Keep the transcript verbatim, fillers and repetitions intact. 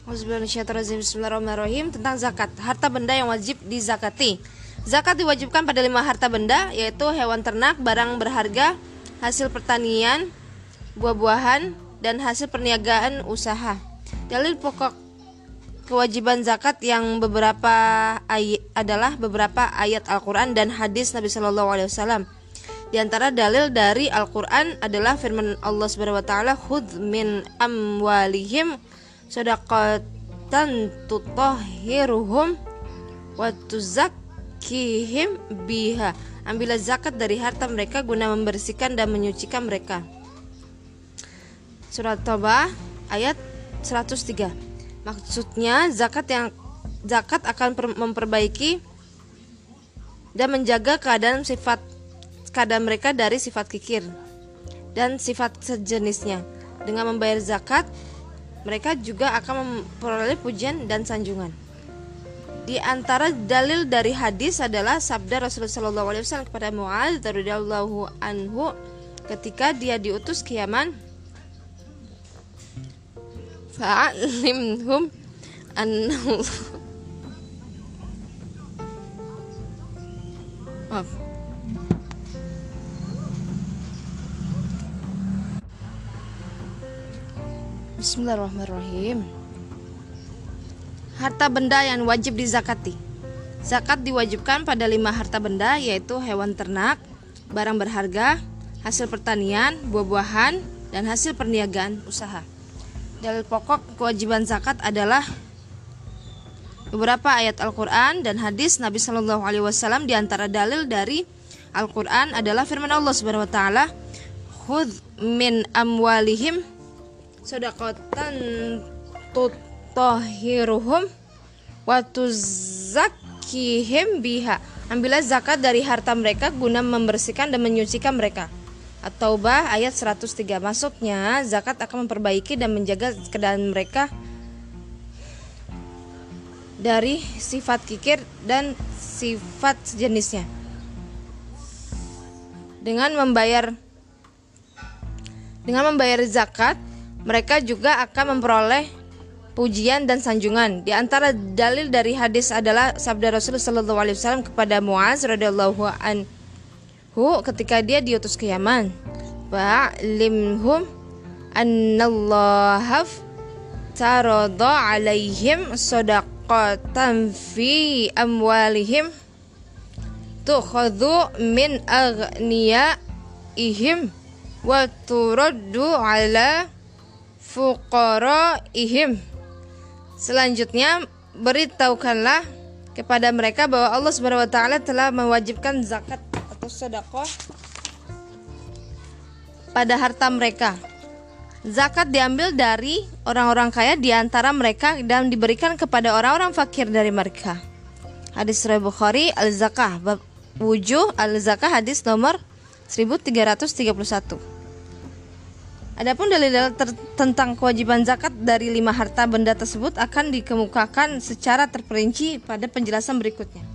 Bismillahirrahmanirrahim. Tentang zakat, harta benda yang wajib dizakati. Zakat diwajibkan pada lima harta benda, yaitu hewan ternak, barang berharga, hasil pertanian, buah-buahan, dan hasil perniagaan usaha. Dalil pokok kewajiban zakat yang beberapa ayat adalah beberapa ayat Al-Quran dan hadis Nabi Shallallahu Alaihi Wasallam. Di antara dalil dari Al-Quran adalah firman Allah Subhanahu Wa Taala, "Khudz min amwalihim shadaqatan tutahhiruhum wa tuzakkihim biha." Ambillah zakat dari harta mereka guna membersihkan dan menyucikan mereka. Surat Taubah ayat seratus tiga. Maksudnya zakat yang zakat akan memperbaiki dan menjaga keadaan sifat keadaan mereka dari sifat kikir dan sifat sejenisnya. Dengan membayar zakat, mereka juga akan memperoleh pujian dan sanjungan. Di antara dalil dari hadis adalah sabda Rasulullah shallallahu alaihi wasallam kepada Mu'adz radhiyallahu anhu ketika dia diutus ke Yaman, fa'alimhum annallah Maaf. Bismillahirrahmanirrahim. Harta benda yang wajib dizakati. Zakat diwajibkan pada lima harta benda, yaitu hewan ternak, barang berharga, hasil pertanian, buah-buahan, dan hasil perniagaan usaha. Dalil pokok kewajiban zakat adalah beberapa ayat Al-Quran dan hadis Nabi Shallallahu Alaihi Wasallam. Di antara dalil dari Al-Quran adalah firman Allah Subhanahu Wa Taala, "Khudz min amwalihim shadaqatan tutahhiruhum wa tuzakkihim biha." Ambillah zakat dari harta mereka guna membersihkan dan menyucikan mereka. At-Taubah ayat seratus tiga. Maksudnya zakat akan memperbaiki dan menjaga keadaan mereka dari sifat kikir dan sifat sejenisnya. Dengan membayar dengan membayar zakat, mereka juga akan memperoleh pujian dan sanjungan. Di antara dalil dari hadis adalah sabda Rasulullah shallallahu alaihi wasallam kepada Mu'adz radhiyallahu anhu ketika dia diutus ke Yaman, "Fa'limhum annallaha tarada alaihim shadaqatan fi amwalihim tukhadhu min aghniyaihim wa turaddu ala fuqaraihim." Selanjutnya, beritahukanlah kepada mereka bahwa Allah Subhanahu wa taala telah mewajibkan zakat atau sedekah pada harta mereka. Zakat diambil dari orang-orang kaya di antara mereka dan diberikan kepada orang-orang fakir dari mereka. Hadis Sahih Bukhari Al-Zakah bab wujuh Al-Zakah hadis nomor seribu tiga ratus tiga puluh satu. Adapun dalil-dalil tentang kewajiban zakat dari lima harta benda tersebut akan dikemukakan secara terperinci pada penjelasan berikutnya.